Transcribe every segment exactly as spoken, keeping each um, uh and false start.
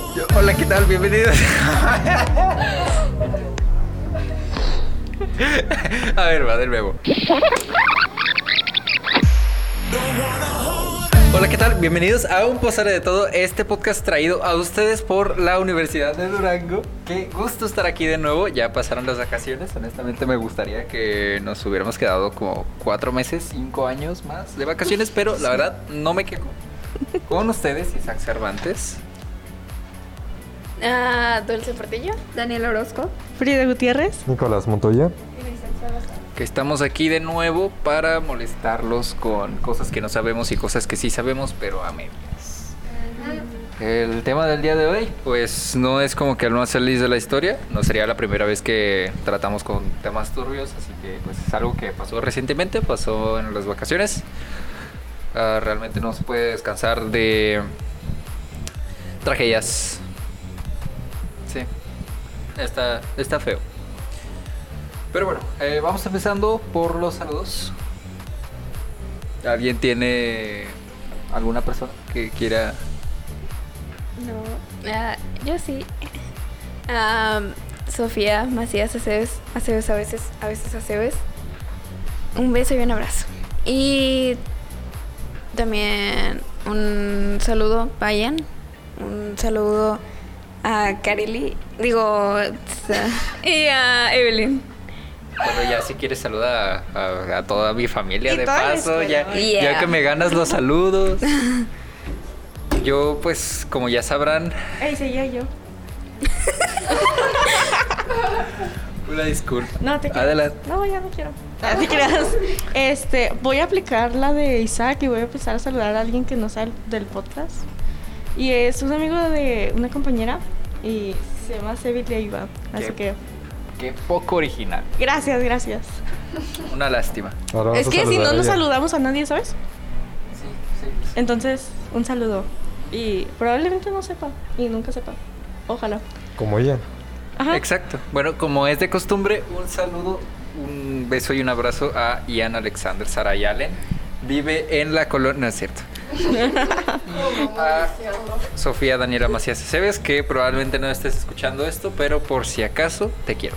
Yo- Hola, ¿qué tal? Bienvenidos. A ver, va de nuevo. Hola, ¿qué tal? Bienvenidos a Un Pozole de Todo, este podcast traído a ustedes por la Universidad de Durango. Qué gusto estar aquí de nuevo, ya pasaron las vacaciones, honestamente me gustaría que nos hubiéramos quedado como cuatro meses, cinco años más de vacaciones, pero la verdad no me quejo. Con ustedes, Isaac Cervantes. Ah, Dulce Portillo. Daniel Orozco. Frida Gutiérrez. Nicolás Montoya. Que estamos aquí de nuevo para molestarlos con cosas que no sabemos y cosas que sí sabemos, pero a medias. El tema del día de hoy, pues no es como que el más feliz de la historia, no sería la primera vez que tratamos con temas turbios, así que pues es algo que pasó recientemente, pasó en las vacaciones. Uh, realmente no se puede descansar de tragedias. Sí, está, está feo. Pero bueno, eh, vamos empezando por los saludos. ¿Alguien tiene alguna persona que quiera? No, ah, yo sí. Ah, Sofía Macías Aceves, Aceves a veces, a veces Aceves. Un beso y un abrazo. Y también un saludo, vayan. Un saludo a Kareli, digo, y a Evelyn. Bueno, ya si quieres saludar a, a, a toda mi familia Y de toda la paso, escuela, ya, ¿no? Yeah. ya que me ganas los saludos. Yo pues, como ya sabrán, Ey, seguía yo. una disculpa. No, te quiero. Adelante. No, ya no quiero. Ah, te creas. Este, voy a aplicar la de Isaac y voy a empezar a saludar a alguien que no sea del podcast. Y es un amigo de una compañera y se llama Sevil Leiva. Así Qué- que, Qué poco original. gracias, gracias. Una lástima. Ahora vas Es a que si saludar no a nos ella. saludamos a nadie, ¿sabes? Sí, sí. Entonces, un saludo. Y probablemente no sepa. Y nunca sepa. Ojalá. Como ella. Ajá. Exacto. Bueno, como es de costumbre, un saludo, un beso y un abrazo a Ian Alexander Saray Allen. Vive en la colonia, no es cierto. A Sofía Daniela Macías Aceves, que probablemente no estés escuchando esto, pero por si acaso, te quiero.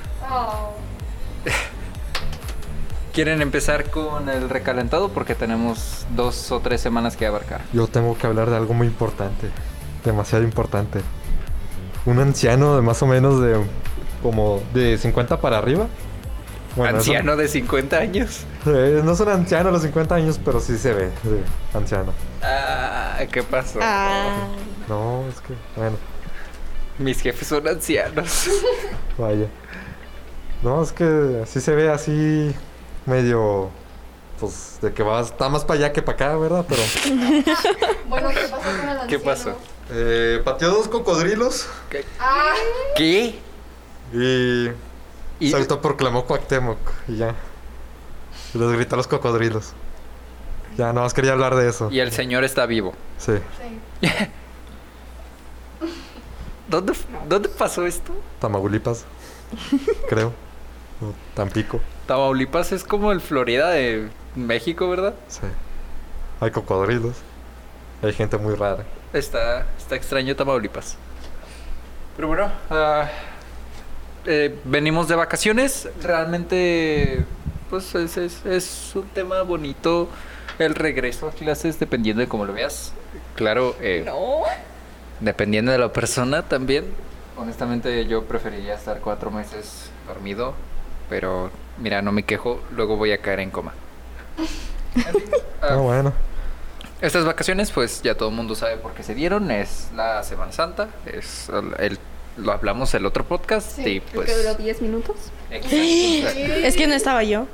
¿Quieren empezar con el recalentado? Porque tenemos dos o tres semanas que abarcar. Yo tengo que hablar de algo muy importante. Demasiado importante. Un anciano de más o menos de como de cincuenta para arriba. Bueno, Anciano de cincuenta años. eso- eh, no es un anciano a los cincuenta años, pero sí se ve de anciano. Ah, ¿qué pasó? Ah, No, es que, bueno, Mis jefes son ancianos. vaya. No, es que sí se ve así medio, pues, de que va, está más para allá que para acá, ¿verdad? Pero Bueno, ¿qué pasó con el anciano? ¿Qué pasó? eh, pateó dos cocodrilos ¿Qué? Ah, ¿Qué? y Y- se autoproclamó Cuauhtémoc y ya. Y les gritó a los cocodrilos. Ya, nada más quería hablar de eso. Y el señor está vivo. Sí. sí. ¿Dónde, ¿Dónde pasó esto? Tamaulipas, creo. O Tampico, Tamaulipas es como el Florida de México, ¿verdad? sí. Hay cocodrilos. Hay gente muy rara. Está, está extraño Tamaulipas. Pero bueno, ah, eh, venimos de vacaciones. Realmente, pues es, es, es un tema bonito el regreso a clases, dependiendo de cómo lo veas. Claro, eh, No. dependiendo de la persona también. Honestamente, yo preferiría estar cuatro meses dormido. Pero, mira, no me quejo. Luego voy a caer en coma. Ah, Ah, bueno. Estas vacaciones, pues ya todo el mundo sabe por qué se dieron. Es la Semana Santa. Es el, el- lo hablamos el otro podcast. Sí, y creo pues. que duró diez minutos. Exacto. es que no estaba yo.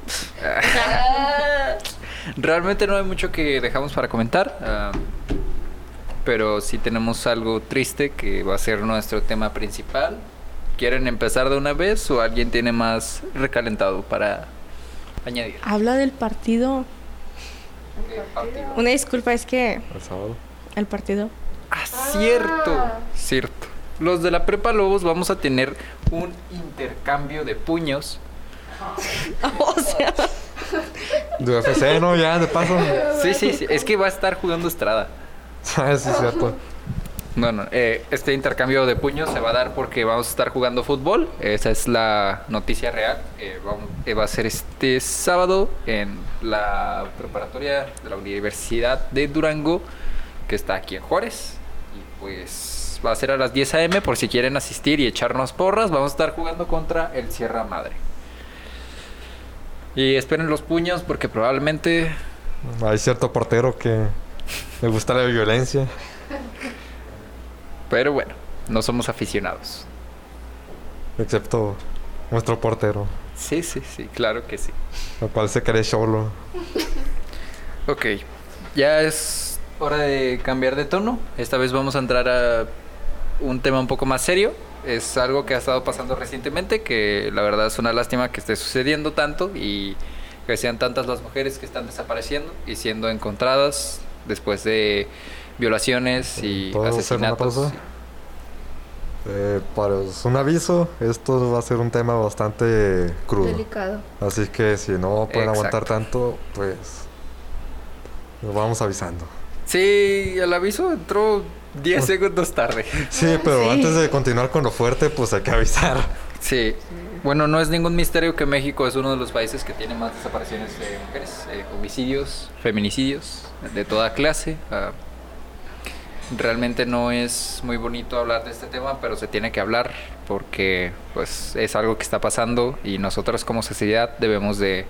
Realmente no hay mucho que dejamos para comentar. ah, pero sí tenemos algo triste que va a ser nuestro tema principal. ¿Quieren empezar de una vez o alguien tiene más recalentado para añadir? Habla del partido. Una disculpa, es que El sábado. el partido. Ah, cierto, cierto. Los de la Prepa Lobos vamos a tener un intercambio de puños. O sea, De U F C, ¿no? Ya, de paso. Sí, sí, sí. Es que va a estar jugando Estrada. Ah, sí, es cierto. Bueno, eh, este intercambio de puños se va a dar porque vamos a estar jugando fútbol. Esa es la noticia real. Eh, vamos, eh, va a ser este sábado en la preparatoria de la Universidad de Durango, que está aquí en Juárez. Y pues va a ser a las diez a eme por si quieren asistir y echarnos porras. Vamos a estar jugando contra el Sierra Madre. Y esperen los puños porque probablemente... Hay cierto portero que le gusta la violencia. Pero bueno, no somos aficionados. Excepto nuestro portero, Sí, sí, sí, claro que sí. el cual se cree solo. Ok, ya es hora de cambiar de tono. Esta vez vamos a entrar a un tema un poco más serio. Es algo que ha estado pasando recientemente, que la verdad es una lástima que esté sucediendo tanto y que sean tantas las mujeres que están desapareciendo y siendo encontradas después de violaciones y ¿Puedo hacer una asesinatos. pausa? Eh, para un aviso, esto va a ser un tema bastante crudo. Delicado. Así que si no pueden Exacto. aguantar tanto, pues lo vamos avisando. Sí, el aviso entró diez segundos tarde. Sí, pero Sí. antes de continuar con lo fuerte, pues hay que avisar. Sí. Bueno, no es ningún misterio que México es uno de los países que tiene más desapariciones de mujeres, eh, homicidios, feminicidios, de toda clase. Ah, realmente no es muy bonito hablar de este tema, pero se tiene que hablar porque pues es algo que está pasando y nosotros como sociedad debemos de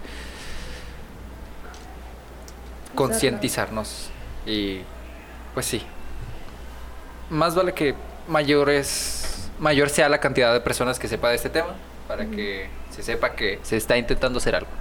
concientizarnos y pues sí. Más vale que mayores mayor sea la cantidad de personas que sepa de este tema para que se sepa que se está intentando hacer algo.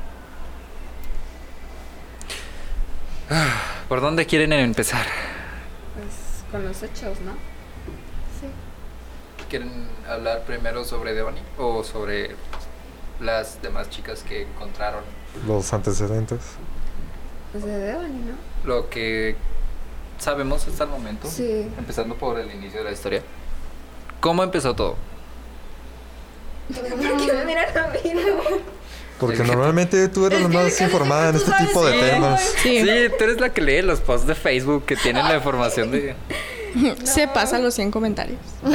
Ah, ¿por dónde quieren empezar? Pues con los hechos, ¿no? Sí. ¿Quieren hablar primero sobre Devani o sobre las demás chicas que encontraron? Los antecedentes. Pues de Devani, ¿no? Lo que sabemos hasta el momento, Sí. empezando por el inicio de la historia. ¿Cómo empezó todo? ¿Por qué me miran a mí, no? Porque normalmente tú eres la más informada en este tipo de temas. Sí. tú eres la que lee los posts de Facebook que tienen la información de... Se pasan los cien comentarios. No,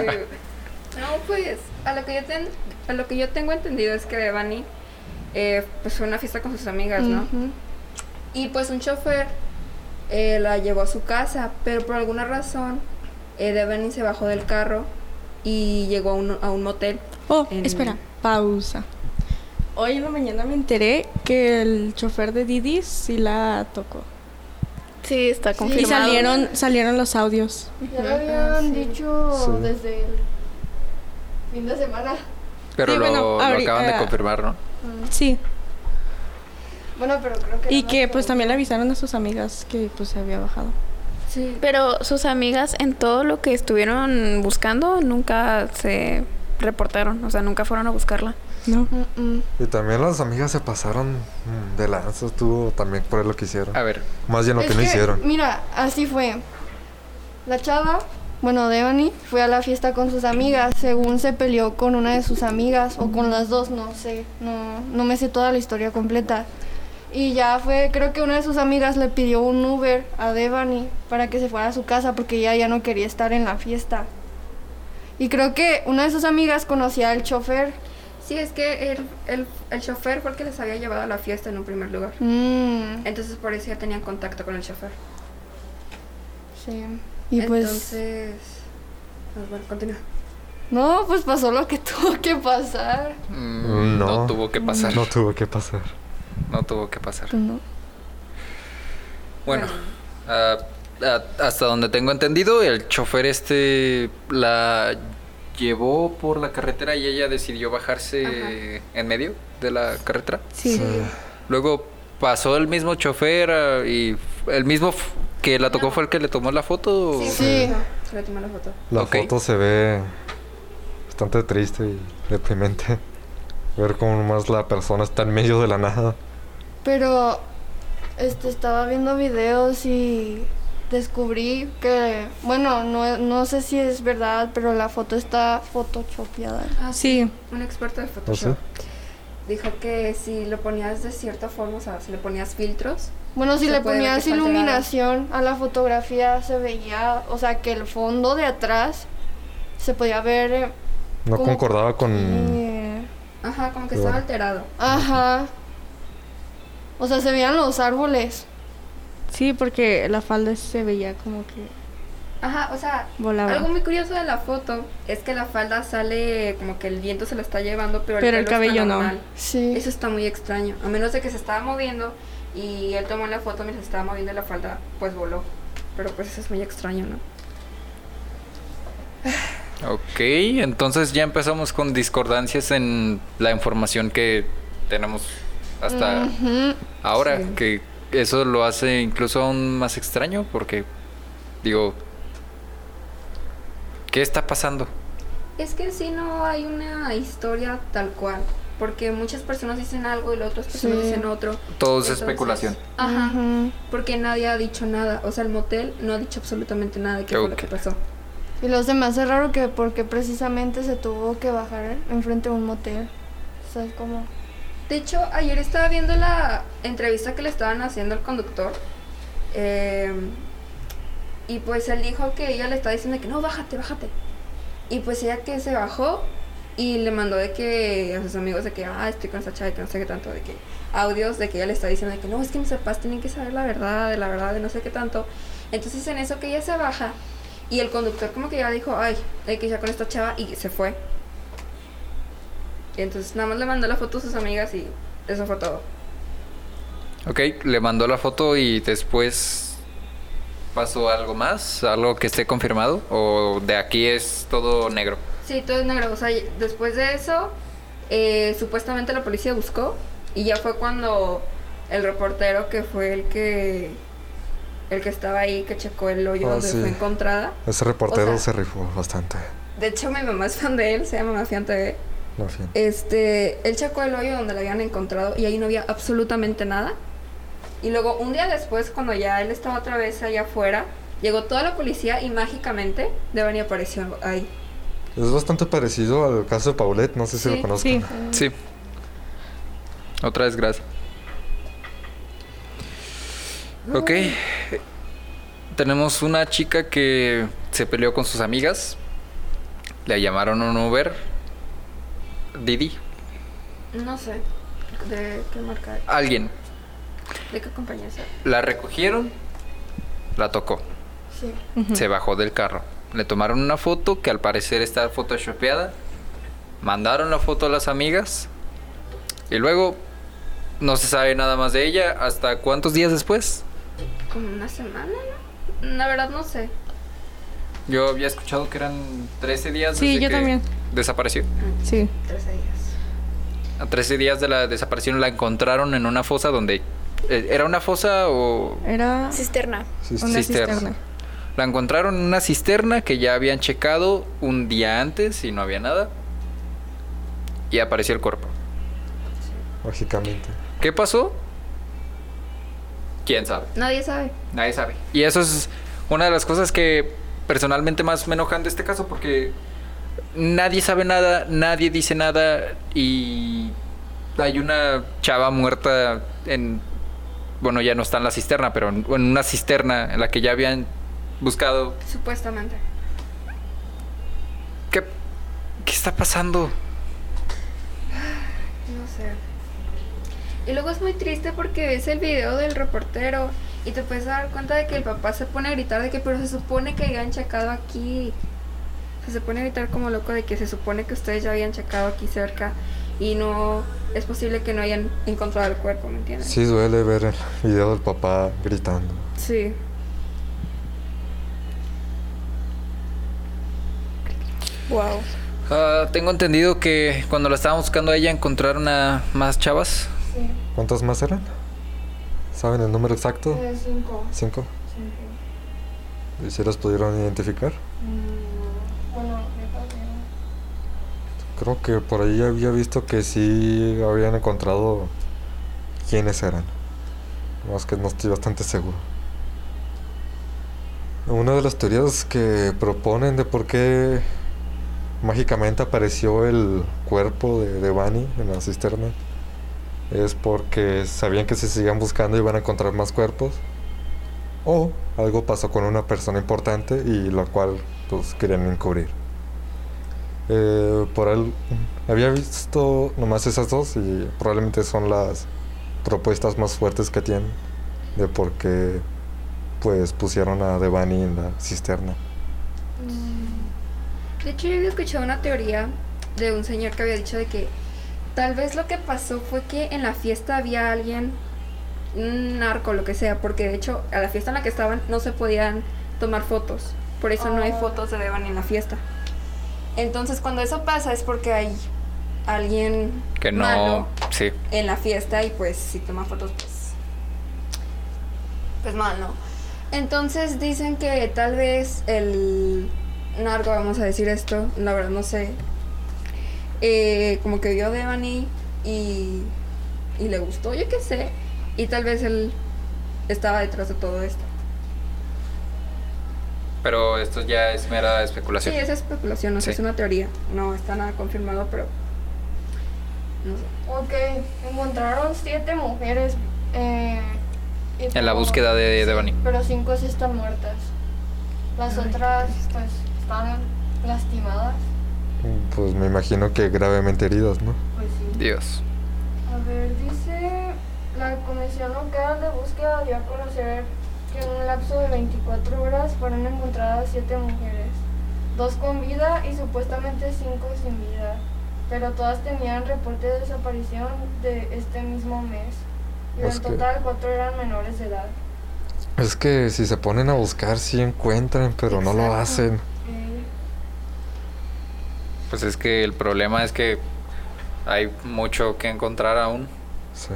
pues a lo que yo ten- a lo que yo tengo entendido es que Devani eh, pues fue a una fiesta con sus amigas, ¿no? Ujú. Y pues un chofer eh, la llevó a su casa, pero por alguna razón eh, Devani se bajó del carro y llegó a un, a un motel. Oh, En- espera, pausa. Hoy en la mañana me enteré que el chofer de Didi sí la tocó. Sí, está Y confirmado. salieron, salieron los audios. Ya lo habían Sí. dicho Sí. desde el fin de semana. Pero Sí, lo, bueno, lo ahori- acaban de eh, confirmar, ¿no? Sí. Bueno, pero creo que... Y era que más pues por- también le avisaron a sus amigas que pues se había bajado. Sí. Pero sus amigas en todo lo que estuvieron buscando nunca se reportaron, o sea, nunca fueron a buscarla. No. Mm, mm. Y también las amigas se pasaron mm, de lanza, estuvo también por lo que hicieron. A ver, Más bien lo Es que no hicieron. Mira, así fue. La chava, bueno, Devani, fue a la fiesta con sus amigas. Según se peleó con una de sus amigas, o con las dos, no sé. No, no me sé toda la historia completa. Y ya fue, creo que una de sus amigas le pidió un Uber a Devani para que se fuera a su casa porque ella ya no quería estar en la fiesta. Y creo que una de sus amigas conocía al chofer. Sí, es que el, el, el chofer fue el que les había llevado a la fiesta en un primer lugar. Mm, Entonces por eso ya tenían contacto con el chofer. sí. Y pues... Entonces... pues, bueno, continúa. No, pues pasó lo que tuvo que pasar. mm, no. No. tuvo que pasar. No tuvo que pasar. No tuvo que pasar. Pues no. Bueno, ah, ah, hasta donde tengo entendido, el chofer este la llevó por la carretera y ella decidió bajarse en medio de la carretera. Sí. Luego pasó el mismo chofer ah, y f- el mismo f- que la tocó fue el que le tomó la foto. Sí, Sí. no, se le tomó la foto. La Ok. foto se ve bastante triste y deprimente. Ver cómo más la persona está en medio de la nada. Pero este estaba viendo videos y descubrí que, bueno, no, no sé si es verdad, pero la foto está photoshopeada. Ah, Sí. Un experto de ¿No sé? Photoshop dijo que si lo ponías de cierta forma, o sea, si le ponías filtros, Bueno, si Se le puede ver ponías que está alterada. iluminación a la fotografía se veía, o sea, que el fondo de atrás se podía ver. eh, No como- concordaba con... eh, Ajá, como que Pero- estaba alterado. Ajá. O sea, se veían los árboles. Sí, porque la falda se veía como que Ajá, o sea, volaba. algo muy curioso de la foto es que la falda sale como que el viento se la está llevando, pero, Pero el pelo está cabello no. normal. Sí. Eso está muy extraño, a menos de que se estaba moviendo y él tomó la foto mientras estaba moviendo la falda, pues voló. Pero pues eso es muy extraño, ¿no? Ok, entonces ya empezamos con discordancias en la información que tenemos hasta Ujú. ahora, Sí. que eso lo hace incluso aún más extraño porque, digo, ¿qué está pasando? Es que en sí no hay una historia tal cual, porque muchas personas dicen algo y las otras personas Sí. dicen otro. Todo es Entonces, especulación. Ajá, Ujú. porque nadie ha dicho nada, o sea, el motel no ha dicho absolutamente nada de qué fue lo Ok. que pasó. Y los demás es raro que porque precisamente se tuvo que bajar enfrente de un motel. O sea, es como... De hecho, ayer estaba viendo la entrevista que le estaban haciendo al conductor. eh, y pues él dijo que ella le estaba diciendo que no, bájate, bájate. Y pues ella que se bajó y le mandó de que a sus amigos de que, ah, estoy con esta chava y que no sé qué tanto, de que audios de que ella le está diciendo de que no, es que mis papás tienen que saber la verdad, de la verdad, de no sé qué tanto. Entonces en eso que ella se baja y el conductor como que ya dijo, ay, hay que ya con esta chava y se fue. Y entonces nada más le mandó la foto a sus amigas y eso fue todo. Ok, le mandó la foto y después pasó algo más, algo que esté confirmado, o de aquí es todo negro. Sí, todo es negro. O sea, después de eso, eh, supuestamente la policía buscó y ya fue cuando el reportero que fue el que el que estaba ahí, que checó el hoyo Ah, donde sí. fue encontrada. Ese reportero O sea- se rifó bastante. De hecho, mi mamá es fan de él, se llama Mafián T V. No, fin. Este, él checó el hoyo donde la habían encontrado y ahí no había absolutamente nada. Y luego, un día después, cuando ya él estaba otra vez allá afuera, llegó toda la policía y mágicamente Devani apareció ahí. Es bastante parecido al caso de Paulette, no sé si Sí, lo conozcan. sí. Sí. Otra desgracia. Ok. Tenemos una chica que se peleó con sus amigas. Le llamaron un Uber. Didi. No sé de qué marca, Alguien. de qué compañía es. La recogieron. La tocó. Sí. Ujú. Se bajó del carro. Le tomaron una foto que al parecer está photoshopeada. Mandaron la foto a las amigas. Y luego no se sabe nada más de ella. ¿Hasta cuántos días después? Como una semana, ¿no? La verdad no sé. Yo había escuchado que eran trece días. Sí, desde yo que también. Desapareció. Sí. trece días. A trece días de la desaparición la encontraron en una fosa donde... eh, ¿Era una fosa o...? Era Cisterna. Sí, sí. una cisterna. cisterna. La encontraron en una cisterna que ya habían checado un día antes y no había nada. Y apareció el cuerpo. Mágicamente. ¿Qué pasó? ¿Quién sabe? Nadie sabe. Nadie sabe. Y eso es una de las cosas que personalmente más me enojan de este caso porque nadie sabe nada, nadie dice nada y hay una chava muerta en... Bueno, ya no está en la cisterna, pero en en una cisterna en la que ya habían buscado... Supuestamente. ¿Qué, qué está pasando? No sé. Y luego es muy triste porque ves el video del reportero y te puedes dar cuenta de que el papá se pone a gritar de que pero se supone que habían checado aquí. O sea, se pone a gritar como loco de que se supone que ustedes ya habían checado aquí cerca y no es posible que no hayan encontrado el cuerpo, ¿me entiendes? Sí, duele ver el video del papá gritando. Sí. Wow. Ah, tengo entendido que cuando la estaban buscando a ella encontraron a más chavas. Sí. ¿Cuántas más eran? ¿Saben el número exacto? Eh, cinco. ¿Cinco? Cinco. ¿Y si las pudieron identificar? Mm, bueno, déjame ver. Creo que por ahí había visto que sí habían encontrado quiénes eran. Más que no estoy bastante seguro. Una de las teorías que proponen de por qué mágicamente apareció el cuerpo de, de Bunny en la cisterna es porque sabían que si seguían buscando iban a encontrar más cuerpos, o algo pasó con una persona importante y la cual pues querían encubrir. Eh, por él había visto nomás esas dos y probablemente son las propuestas más fuertes que tienen de por qué pues pusieron a Devani en la cisterna. De hecho, yo había escuchado una teoría de un señor que había dicho de que tal vez lo que pasó fue que en la fiesta había alguien, un narco, lo que sea, porque de hecho a la fiesta en la que estaban no se podían tomar fotos, por eso no hay fotos de Devani en la fiesta. Entonces cuando eso pasa es porque hay alguien Que no, malo sí. en la fiesta y pues si toma fotos pues pues mal, ¿no? Entonces dicen que tal vez el narco, vamos a decir esto, la verdad no sé, eh, como que vio a Devani y, y le gustó, yo qué sé, y tal vez él estaba detrás de todo esto. Pero esto ya es mera especulación. Sí, es especulación, no sé, Sí. es una teoría, no está nada confirmado, pero no sé. Ok, encontraron siete mujeres. Eh, y En la como- búsqueda de sí, Devani. Pero cinco sí están muertas. Las otras, pues, están lastimadas. Pues me imagino que gravemente heridas, ¿no? Pues sí. Dios. A ver, dice, la comisión local de búsqueda dio a conocer que en un lapso de veinticuatro horas fueron encontradas siete mujeres, dos con vida y supuestamente cinco sin vida, pero todas tenían reporte de desaparición de este mismo mes. Y Es en que- total cuatro eran menores de edad. Es que si se ponen a buscar sí encuentran, pero no lo Exacto. hacen. Ok. Pues es que el problema es que hay mucho que encontrar aún. O sea,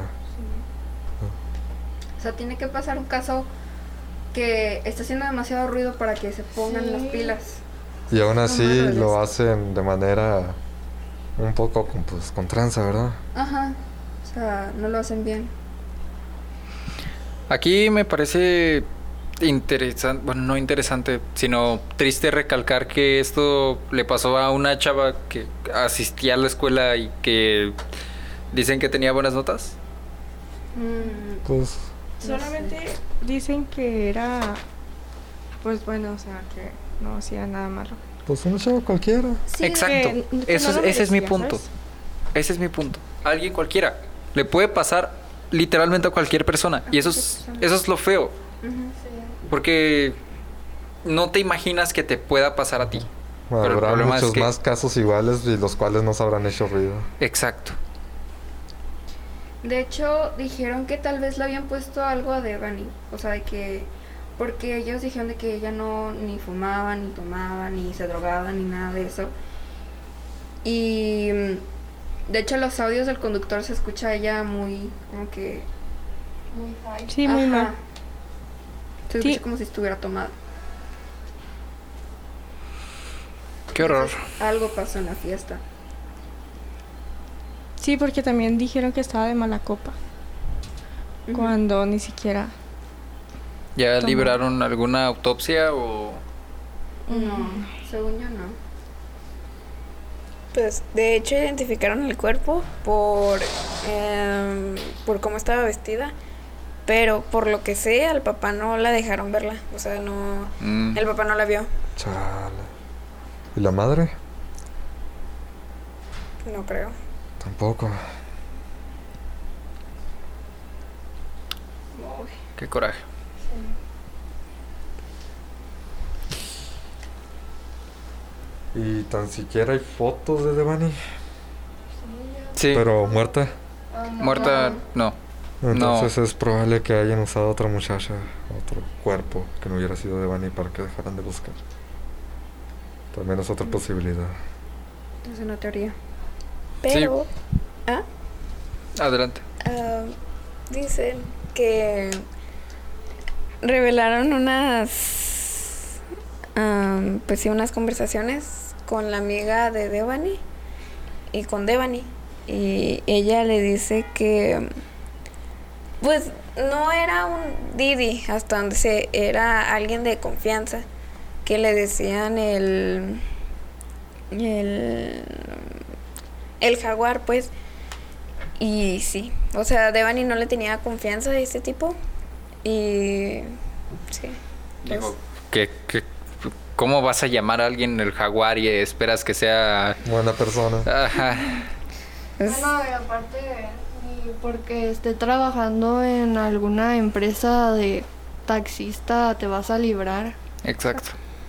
O sea, tiene que pasar un caso que está haciendo demasiado ruido para que se pongan Sí. las pilas. y aún No así mames. lo hacen de manera un poco con, pues, con tranza, ¿verdad? Ajá, o sea, no lo hacen bien. Aquí me parece interesante, bueno, no interesante, sino triste recalcar que esto le pasó a una chava que asistía a la escuela y que dicen que tenía buenas notas. Mm, Pues Solamente dicen que era, pues bueno, o sea, que no hacía nada malo. Pues una chava cualquiera. sí, Exacto. que- que Eso no es- lo ese es mi merecía, punto. ¿sabes? Ese es mi punto. Alguien cualquiera. Le puede pasar literalmente a cualquier persona. Y eso es, eso es lo feo. ujú. Porque no te imaginas que te pueda pasar a ti. Pero el Habrá problema es muchos que- más casos iguales y los cuales no se habrán hecho ruido. Exacto. De hecho, dijeron que tal vez le habían puesto algo a Devani. O sea, de que... Porque ellos dijeron de que ella no ni fumaba, ni tomaba, ni se drogaba, ni nada de eso. Y... mm, de hecho, los audios del conductor se escucha a ella muy... Como que... Muy high. Sí, muy Ajá. mal. Se escucha Sí. como si estuviera tomada. Qué horror. Entonces, algo pasó en la fiesta. Sí, porque también dijeron que estaba de mala copa, Ujú. cuando ni siquiera... ¿Ya Toma. liberaron alguna autopsia o...? No, según yo no. Pues de hecho identificaron el cuerpo por, em, por cómo estaba vestida, pero por lo que sé al papá no la dejaron verla, o sea, no, Mm. el papá no la vio, Chale. ¿Y la madre? no creo. Tampoco. Qué coraje. Y tan siquiera hay fotos de Devani. Sí. Pero muerta. Ah, no. Muerta, no. Entonces es probable que hayan usado a otra muchacha, otro cuerpo, que no hubiera sido Devani para que dejaran de buscar. También es otra posibilidad. Es una teoría. Pero, ¿ah? Adelante. Ah, dicen que revelaron unas, am, pues sí, unas conversaciones con la amiga de Devani y con Devani. Y ella le dice que, pues, no era un Didi, hasta donde se era alguien de confianza, que le decían el, el, el jaguar, pues. Y sí, o sea, Devani no le tenía confianza a este tipo. Y sí. pues, Digo, ¿qué, qué, ¿cómo vas a llamar a alguien el jaguar y esperas que sea... Buena persona. Ajá. es- Bueno, y aparte, ni porque esté trabajando en alguna empresa de taxista te vas a librar. Exacto.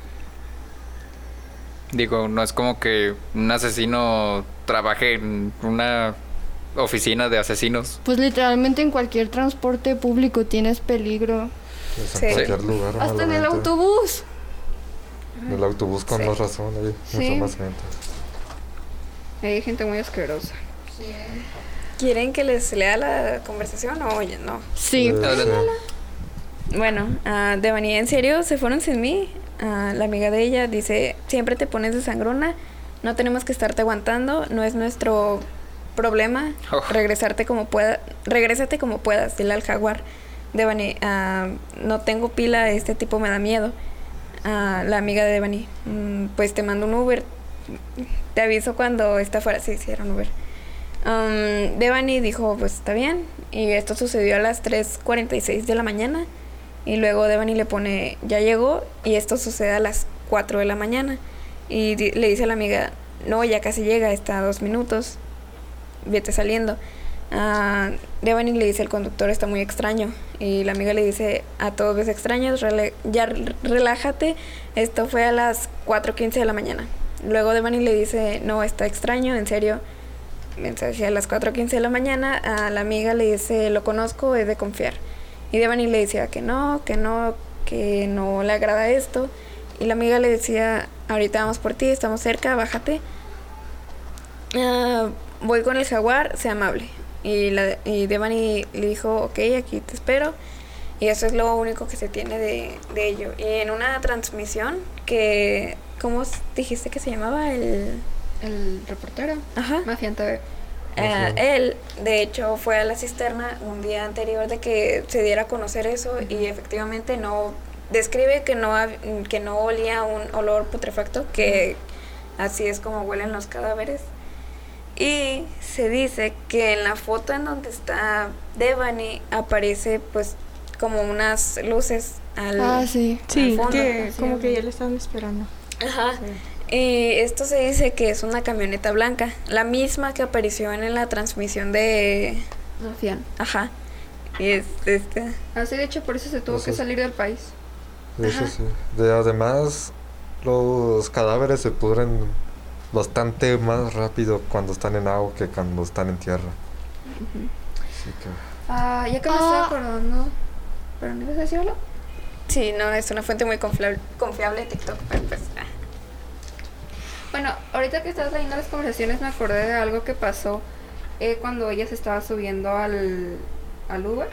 Digo, no es como que un asesino trabaje en una oficina de asesinos. Pues literalmente en cualquier transporte público tienes peligro. Pues en Sí. cualquier lugar. Hasta en el malamente. autobús. En el autobús con Sí. más razón, hay Sí. mucha más gente. Hay gente muy asquerosa. ¿Quieren que les lea la conversación o oye, no? Sí. Eh, sí. Bueno, uh, Devani, ¿en serio se fueron sin mí? Ah, la amiga de ella dice, siempre te pones de sangrona, no tenemos que estarte aguantando, no es nuestro problema, Oh. regresarte como pueda, regrésate como puedas, dile al jaguar. Devani, ah, no tengo pila, este tipo me da miedo. Ah, la amiga de Devani, "Mm, pues te mando un Uber, te aviso cuando está fuera. Sí, sí, era un Uber. Um, Devani dijo, pues está bien, y esto sucedió a las tres cuarenta y seis de la mañana. Y luego Devani le pone, ya llegó, y esto sucede a las cuatro de la mañana. Y di- le dice a la amiga, no, ya casi llega, está a dos minutos, vete saliendo. Ah, Devani le dice, el conductor está muy extraño. Y la amiga le dice, a todos ves extraños, rela- ya r- relájate, esto fue a las cuatro quince de la mañana. Luego Devani le dice, no, está extraño, en serio. Mensaje a las cuatro quince de la mañana, a la amiga le dice, lo conozco, es de confiar. Y Devani le decía que no, que no, que no le agrada esto. Y la amiga le decía, ahorita vamos por ti, estamos cerca, bájate. Ah, voy con el jaguar, sea amable. Y, la, y Devani le dijo, ok, aquí te espero. Y eso es lo único que se tiene de, de ello. Y en una transmisión que, ¿cómo s- dijiste que se llamaba? El... El reportero. Ajá. Mafia en T V. Eh, Ajá. él, de hecho, fue a la cisterna un día anterior de que se diera a conocer eso y efectivamente no describe que no hab- que no olía un olor putrefacto, que así es como huelen los cadáveres. Y se dice que en la foto en donde está Devani aparece pues como unas luces al, Ah, sí. Sí, al fondo. que así como es. que ya le estaban esperando. Ajá. Y esto se dice que es una camioneta blanca, la misma que apareció en la transmisión de... Mafia. Ajá. Y es este... Así de hecho por eso se tuvo Eso que es- salir del país. Eso Ajá. sí. De, además, los cadáveres se pudren bastante más rápido cuando están en agua que cuando están en tierra. Así que... Ah, ya que me Ah. estoy acordando. ¿Pero no ibas a decir algo? Sí, no, es una fuente muy confiable, confiable de TikTok, pero pues... ah. Bueno, ahorita que estás leyendo las conversaciones me acordé de algo que pasó eh, cuando ella se estaba subiendo al, al Uber.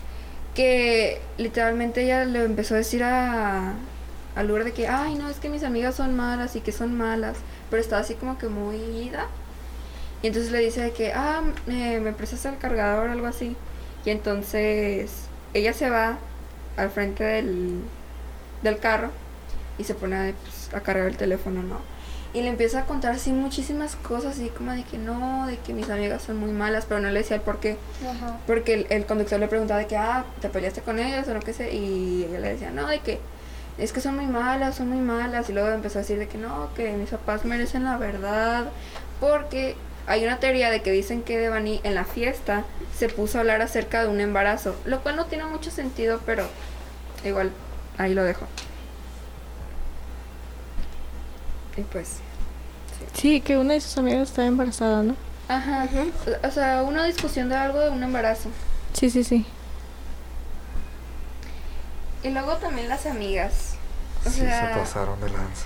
Que literalmente ella le empezó a decir a, al Uber de que, ay, no, es que mis amigas son malas y que son malas. Pero estaba así como que muy ida. Y entonces le dice de que, ah, me, me prestas el cargador o algo así. Y entonces ella se va al frente del, del carro y se pone a, pues, a cargar el teléfono, ¿no? Y le empieza a contar así muchísimas cosas, así como de que no, de que mis amigas son muy malas, pero no le decía el por qué. Ajá. Porque el, el conductor le preguntaba de que, ah, ¿te peleaste con ellas o no qué sé? Y ella le decía, no, de que es que son muy malas, son muy malas. Y luego empezó a decir de que no, que mis papás merecen la verdad. Porque hay una teoría de que dicen que Devani en la fiesta se puso a hablar acerca de un embarazo. Lo cual no tiene mucho sentido, pero igual ahí lo dejo. Y pues... Sí, que una de sus amigas estaba embarazada, ¿no? Ajá. O, o sea, una discusión de algo de un embarazo. Sí, sí, sí. Y luego también las amigas. O sí, sea, se pasaron de lanza.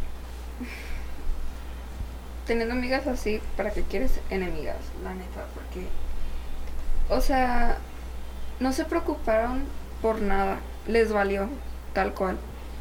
teniendo amigas así, ¿para qué quieres enemigas? La neta, porque... O sea, no se preocuparon por nada. Les valió, tal cual.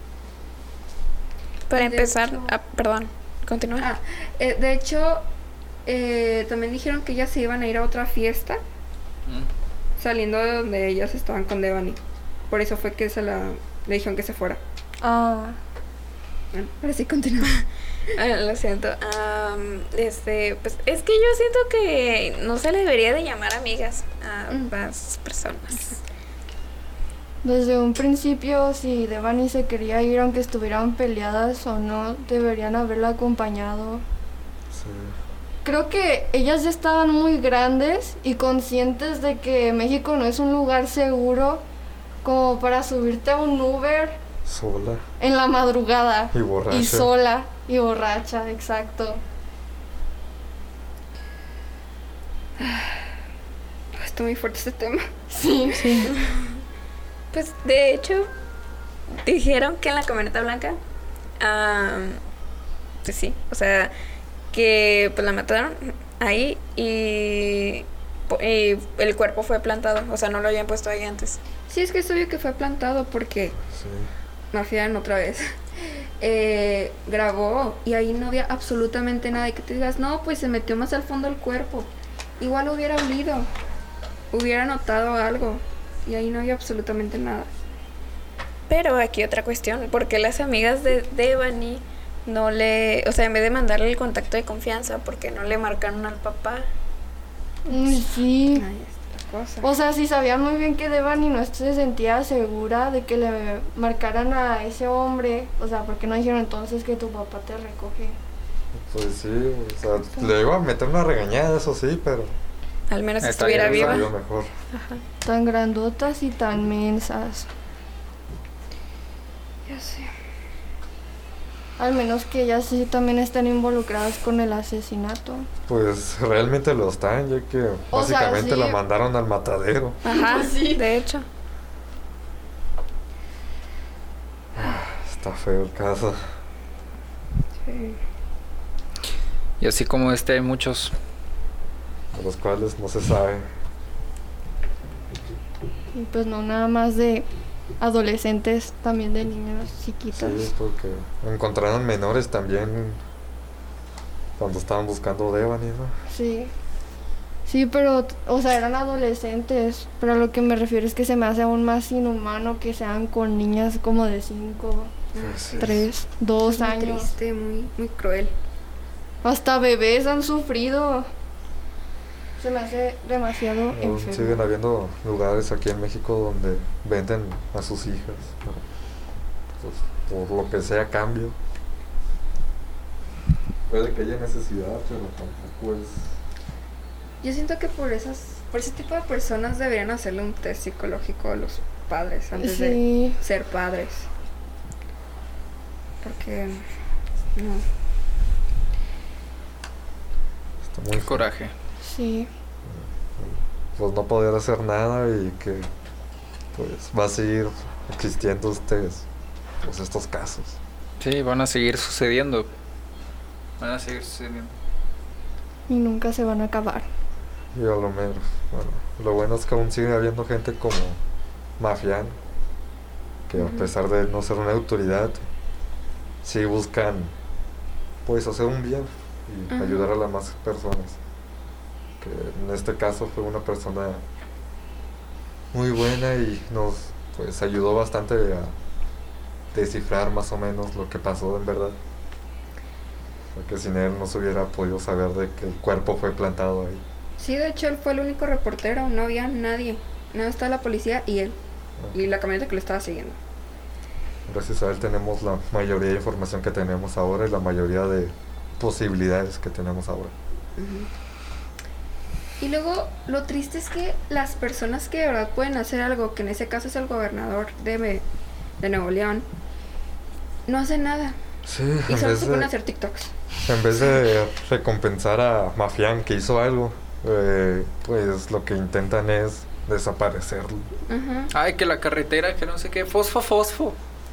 Para De empezar, hecho- ah, perdón, continúa. Ah, eh, de hecho, eh, también dijeron que ellas se iban a ir a otra fiesta, Mm. saliendo de donde ellas estaban con Devani. Por eso fue que se la... le dijeron que se fuera. Ah. Bueno, ahora sí continúa. Ah, lo siento. Am, este, pues es que yo siento que no se le debería de llamar amigas a Mm. las personas. Desde un principio, si Devani se quería ir, aunque estuvieran peleadas o no, deberían haberla acompañado. Sí. Creo que ellas ya estaban muy grandes y conscientes de que México no es un lugar seguro como para subirte a un Uber Sola en la madrugada. y borracha. Y sola y borracha, exacto. Está muy fuerte este tema. Sí. Pues de hecho, dijeron que en la camioneta blanca, am, pues sí, o sea, que pues la mataron ahí y, po- y el cuerpo fue plantado, o sea, no lo habían puesto ahí antes. Sí, es que es obvio que fue plantado porque Sí. Mafián otra vez eh, grabó y ahí no había absolutamente nada. Y que te digas, no, pues se metió más al fondo el cuerpo. Igual hubiera olido, hubiera notado algo. Y ahí no había absolutamente nada. Pero aquí otra cuestión, ¿por qué las amigas de Devani no le, o sea, en vez de mandarle el contacto de confianza, por qué no le marcaron al papá? Uy, sí. Ahí está la cosa. O sea, si sabían muy bien que Devani no se sentía segura de que le marcaran a ese hombre, o sea, ¿por qué no dijeron entonces que tu papá te recoge? Pues sí, o sea, le iba a meter una regañada, eso sí, pero Al menos Está estuviera bien, viva. salió mejor. Tan grandotas y tan mensas. Ya sé. Al menos que ellas sí también están involucradas con el asesinato. Pues realmente lo están, ya que O sea, básicamente sí. la mandaron al matadero. Ajá, de hecho. Está feo el caso. Sí. Y así como este hay muchos. De los cuales no se sabe. Y pues no nada más de adolescentes, también de niños chiquitos. Sí, porque encontraron menores también cuando estaban buscando Devani, ¿no? Sí. Sí, pero, o sea, eran adolescentes. Pero a lo que me refiero es que se me hace aún más inhumano que sean con niñas como de cinco, Pues, tres, dos Muy años. triste, muy, muy cruel. Hasta bebés han sufrido. Se me hace demasiado aún enfermo. siguen habiendo lugares aquí en México donde venden a sus hijas, ¿no? Pues, por lo que sea a cambio. Puede que haya necesidad, pero tampoco es... Yo siento que por esas, por ese tipo de personas deberían hacerle un test psicológico a los padres antes de Sí, ser padres. Porque no. Está muy Qué feo. coraje. sí. Pues no poder hacer nada y que pues va a seguir existiendo este, pues, estos casos. Sí, van a seguir sucediendo. Van a seguir sucediendo. Y nunca se van a acabar. Y a lo menos, bueno, lo bueno es que aún sigue habiendo gente como Mafián, que a Ujú. pesar de no ser una autoridad, sí buscan pues hacer un bien y Ujú. ayudar a las más personas. Que en este caso fue una persona muy buena y nos pues ayudó bastante a descifrar más o menos lo que pasó en verdad. Porque sin él no se hubiera podido saber de que el cuerpo fue plantado ahí. Sí, de hecho él fue el único reportero, no había nadie. Nada, estaba la policía y él. Y la camioneta que lo estaba siguiendo. Gracias a él tenemos la mayoría de información que tenemos ahora y la mayoría de posibilidades que tenemos ahora. Y luego lo triste es que las personas que de verdad pueden hacer algo, que en ese caso es el gobernador de, Me- de Nuevo León, no hacen nada. Sí, Y en solo vez, se ponen a de, hacer TikToks. en vez de recompensar a Mafián que hizo algo, eh, pues lo que intentan es desaparecerlo. Ajá. Ay, que la carretera, que no sé qué. Fosfo, fosfo.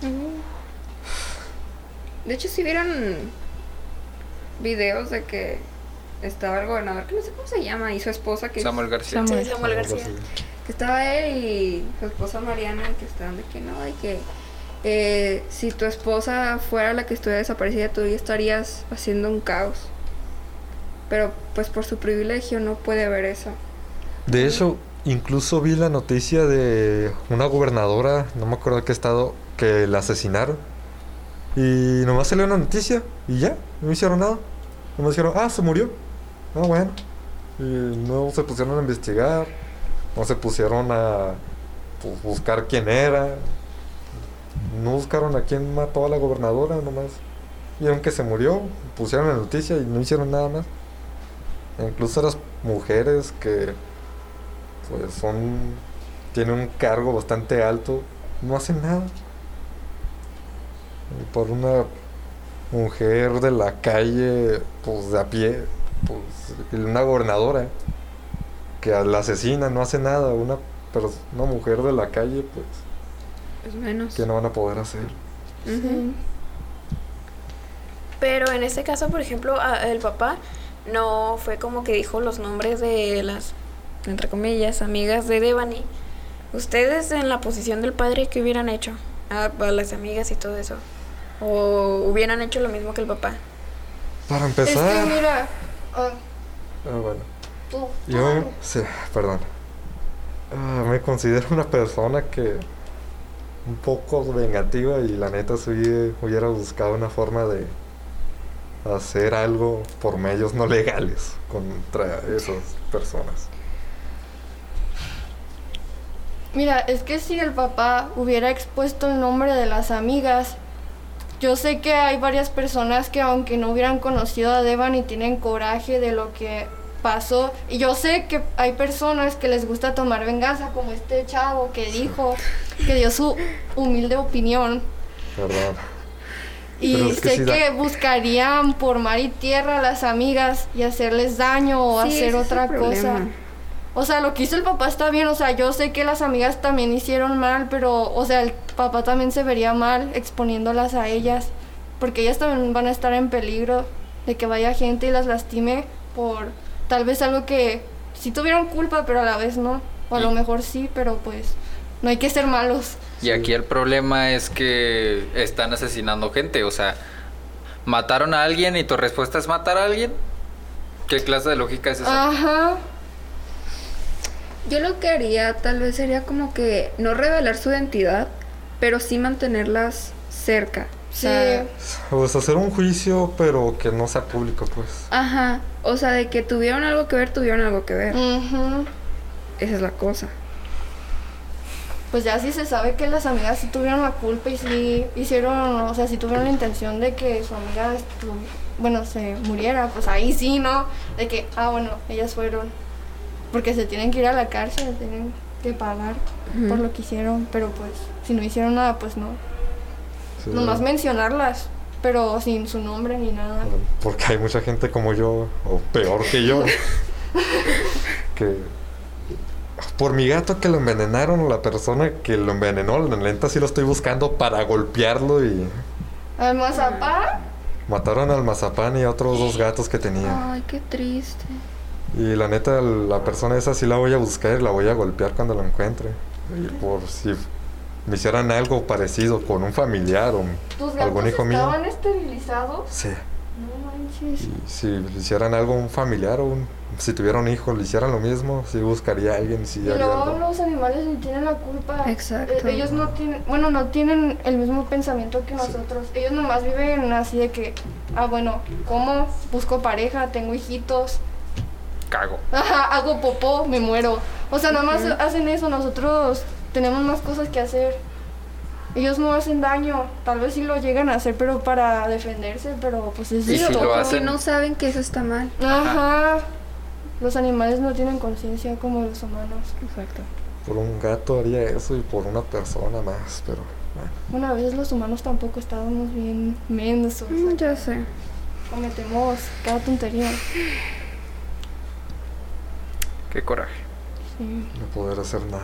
De hecho, si vieron videos de que estaba el gobernador, que no sé cómo se llama, y su esposa, que, Samuel García. Samuel. Sí, Samuel García. que estaba él y su esposa Mariana, y que estaban de que no, de que eh, si tu esposa fuera la que estuviera desaparecida, tú ya estarías haciendo un caos. Pero pues por su privilegio no puede ver eso. De hecho, incluso vi la noticia de una gobernadora, no me acuerdo de qué estado, que la asesinaron. Y nomás salió una noticia y ya, no hicieron nada. Nomás dijeron, ah, se murió. Ah, bueno. Y no se pusieron a investigar, no se pusieron a pues, buscar quién era. No buscaron a quién mató a la gobernadora, nomás vieron que se murió, pusieron la noticia y no hicieron nada más. Incluso las mujeres que pues son tienen un cargo bastante alto no hacen nada. Y por una mujer de la calle, pues de a pie, pues una gobernadora que la asesina, no hace nada. Una, pero una mujer de la calle, pues Es menos. ¿qué no van a poder hacer? Ujú. Pero en este caso, por ejemplo, a- el papá no fue como que dijo los nombres de las, entre comillas, amigas de Devani. ¿Ustedes en la posición del padre qué hubieran hecho? A, a las amigas y todo eso. ¿O hubieran hecho lo mismo que el papá? Para Es empezar, que mira, ah, ah, bueno, tú, tú yo, dale. sí, perdón, Ah, me considero una persona que un poco vengativa y la neta sí hubiera buscado una forma de hacer algo por medios no legales contra esas personas. Mira, es que si el papá hubiera expuesto el nombre de las amigas, yo sé que hay varias personas que aunque no hubieran conocido a Devani tienen coraje de lo que pasó. Y yo sé que hay personas que les gusta tomar venganza, como este chavo que dijo, que dio su humilde opinión. Perdón. Y Pero es que sé sí da- que buscarían por mar y tierra a las amigas y hacerles daño o Sí, hacer ese es otra el cosa. problema. O sea, lo que hizo el papá está bien, o sea, yo sé que las amigas también hicieron mal, pero, o sea, el papá también se vería mal exponiéndolas a ellas, porque ellas también van a estar en peligro de que vaya gente y las lastime por tal vez algo que sí tuvieron culpa, pero a la vez no, o a lo Y- mejor sí, pero pues no hay que ser malos. Y aquí el problema es que están asesinando gente, o sea, mataron a alguien y tu respuesta es matar a alguien. ¿Qué clase de lógica es esa? Ajá. Yo lo que haría tal vez sería como que no revelar su identidad, pero sí mantenerlas cerca. O Sí. sea, Pues hacer un juicio, pero que no sea público, pues. ajá. O sea, de que tuvieron algo que ver, tuvieron algo que ver. Ujú. Esa es la cosa. Pues ya si se sabe que las amigas sí tuvieron la culpa y sí hicieron, o sea, sí tuvieron la intención de que su amiga, estu- bueno, se muriera, pues ahí sí, ¿no? De que, ah, bueno, ellas fueron. Porque se tienen que ir a la cárcel, tienen que pagar Ujú. por lo que hicieron, pero pues si no hicieron nada, pues no. Sí. Nomás mencionarlas, pero sin su nombre ni nada. Porque hay mucha gente como yo, o peor que yo, que por mi gato que lo envenenaron, o la persona que lo envenenó, la neta sí lo estoy buscando para golpearlo y Al mazapán, mataron al mazapán y a otros dos gatos que tenía. Ay, qué triste. Y la neta, la persona esa sí la voy a buscar y la voy a golpear cuando la encuentre. Y por si me hicieran algo parecido con un familiar o tus gatos algún hijo mío. estaban esterilizados. Sí. No manches. Y si le hicieran algo a un familiar o un, si tuviera un hijo, le hicieran lo mismo, sí buscaría a alguien, sí Y haría luego algo. los animales ni tienen la culpa. Exacto. Eh, ellos no tienen, bueno, no tienen el mismo pensamiento que nosotros. Ellos nomás viven así de que, ah, bueno, como busco pareja, tengo hijitos, Cago. ajá, hago popó, me muero. O sea, nada más hacen eso, nosotros tenemos más cosas que hacer. Ellos no hacen daño, tal vez sí lo llegan a hacer, pero para defenderse, pero pues es Y eso. si lo Porque hacen- no saben que eso está mal. Ajá. Los animales no tienen conciencia como los humanos. Exacto. Por un gato haría eso y por una persona más, pero bueno. Bueno, a veces los humanos tampoco estábamos bien mensos. Mm, ya sé. Cometemos cada tontería. Qué coraje. Sí. No poder hacer nada.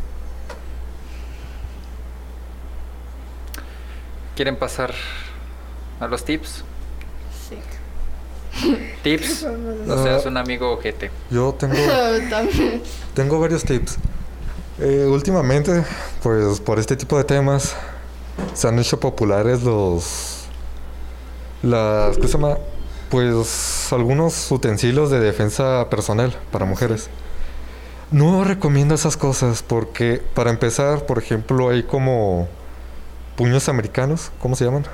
¿Quieren pasar a los tips? Sí. Tips. No seas un amigo ojete. Yo tengo, También. tengo varios tips. Eh, últimamente, pues por este tipo de temas, se han hecho populares los... Las... ¿Qué se llama? Pues algunos utensilios de defensa personal para mujeres. No recomiendo esas cosas porque, para empezar, por ejemplo, hay como puños americanos, ¿cómo se llaman?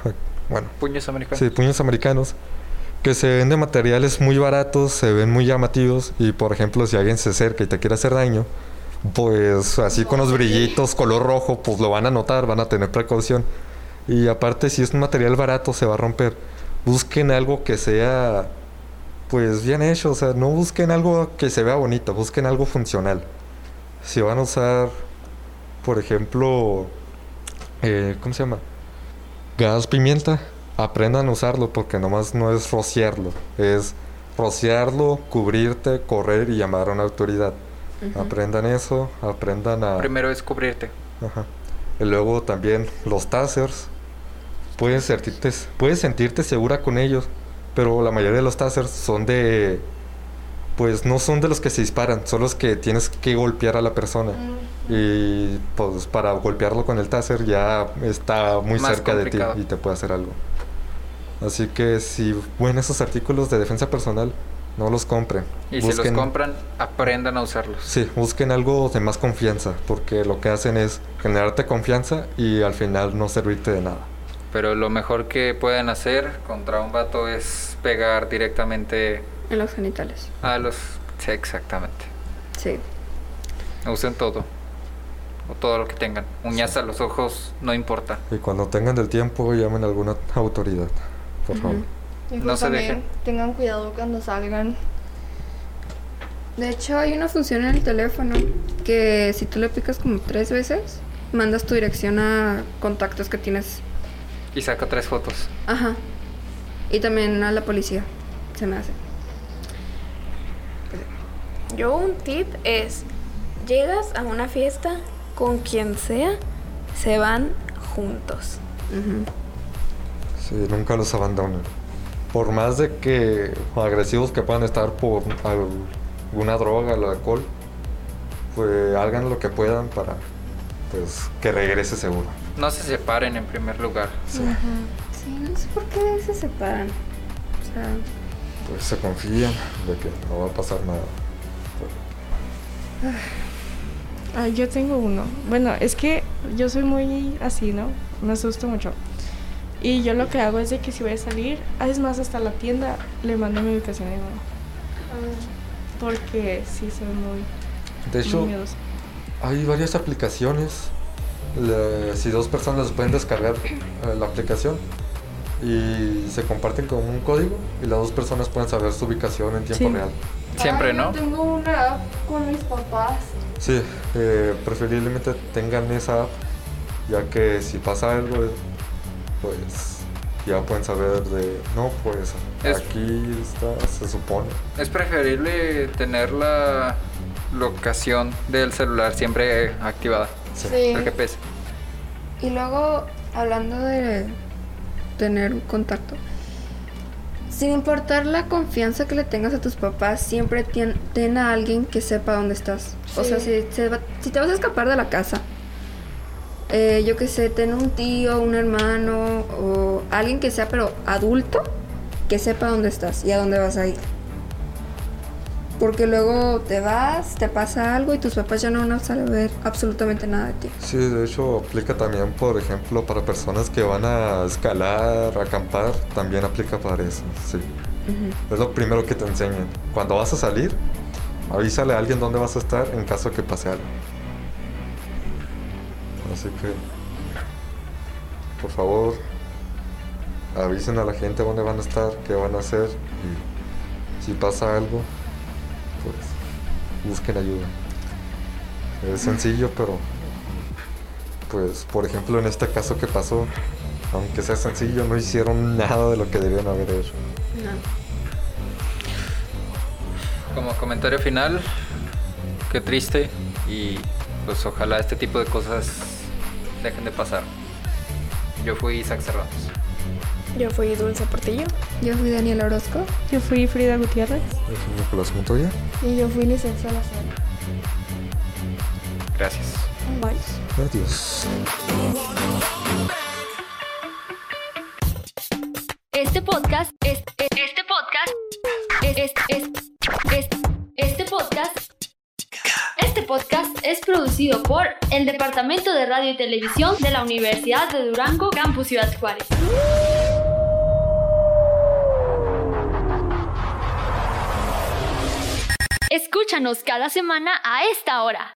bueno, Puños americanos. sí, puños americanos, que se ven de materiales muy baratos, se ven muy llamativos y por ejemplo si alguien se acerca y te quiere hacer daño, pues así con los brillitos color rojo, pues lo van a notar, van a tener precaución. Y aparte si es un material barato se va a romper. Busquen algo que sea pues bien hecho, o sea, no busquen algo que se vea bonito, busquen algo funcional. Si van a usar, por ejemplo, eh, ¿cómo se llama? Gas pimienta, aprendan a usarlo porque nomás no es rociarlo, es rociarlo, cubrirte, correr y llamar a una autoridad. Uh-huh. Aprendan eso, aprendan a... Primero es cubrirte. Ajá. Y luego también los tasers, puedes sentirte, puedes sentirte segura con ellos, pero la mayoría de los tasers son de... Pues no son de los que se disparan, son los que tienes que golpear a la persona. Uh-huh. Y pues para golpearlo con el taser ya está muy Más cerca complicado. de ti y te puede hacer algo. Así que si ven esos artículos de defensa personal, no los compren. Y busquen, si los compran, aprendan a usarlos. Sí, busquen algo de más confianza, porque lo que hacen es generarte confianza y al final no servirte de nada. Pero lo mejor que pueden hacer contra un vato es pegar directamente... En los genitales. A los... Sí, exactamente. Sí. Usen todo. O todo lo que tengan. Uñas a los ojos, no importa. Y cuando tengan del tiempo, llamen a alguna autoridad, por uh-huh. favor. Y pues no se también dejen. Tengan cuidado cuando salgan. De hecho, hay una función en el teléfono que si tú le picas como tres veces, mandas tu dirección a contactos que tienes. Y saca tres fotos. Ajá. Y también a la policía, se me hace. Yo un tip es, llegas a una fiesta con quien sea, se van juntos. Uh-huh. Sí, nunca los abandonen. Por más de que agresivos que puedan estar por alguna droga, el alcohol, pues hagan lo que puedan para pues que regrese seguro. No se separen en primer lugar. Sí, uh-huh. Sí, no sé por qué se separan. O sea, pues se confían de que no va a pasar nada. Ah, yo tengo uno. Bueno, es que yo soy muy así, ¿no? Me asusto mucho. Y yo lo que hago es de que si voy a salir, es más, hasta la tienda, le mando mi ubicación a mi mamá. Uh, porque sí soy muy... De hecho, muy miedosa. Hay varias aplicaciones. Le, si dos personas pueden descargar eh, la aplicación y se comparten con un código y las dos personas pueden saber su ubicación en tiempo sí. real. Siempre, Ay, ¿no? Yo tengo una app con mis papás. Sí, eh, preferiblemente tengan esa app, ya que si pasa algo, pues ya pueden saber de, no, pues es, aquí está, se supone. Es preferible tener la locación del celular siempre activada. Sí. Sí. El G P S. y luego, hablando de tener un contacto, sin importar la confianza que le tengas a tus papás, siempre ten, ten a alguien que sepa dónde estás. Sí. O sea, si, si, si te vas a escapar de la casa, eh, yo qué sé, ten un tío, un hermano o alguien que sea, pero adulto, que sepa dónde estás y a dónde vas a ir. Porque luego te vas, te pasa algo y tus papás ya no van a saber absolutamente nada de ti. Sí, de hecho aplica también, por ejemplo, para personas que van a escalar, a acampar, también aplica para eso, sí. Uh-huh. Es lo primero que te enseñan. Cuando vas a salir, avísale a alguien dónde vas a estar en caso que pase algo. Así que, por favor, avisen a la gente dónde van a estar, qué van a hacer y si pasa algo, pues busquen ayuda. Es sencillo, pero pues por ejemplo en este caso que pasó, aunque sea sencillo, no hicieron nada de lo que debían haber hecho. No. Como comentario final, qué triste y pues ojalá este tipo de cosas dejen de pasar. Yo fui Isaac Cervantes. Yo fui Dulce Portillo. Yo fui Daniela Orozco. Yo fui Frida Gutiérrez. Yo fui Nicolás Montoya. Y yo fui Lisset Salazar. Gracias. Bye. Adiós. Este podcast es, es este podcast es, es, es, es este podcast Este podcast es producido por el Departamento de Radio y Televisión de la Universidad de Durango, Campus Ciudad Juárez. Escúchanos cada semana a esta hora.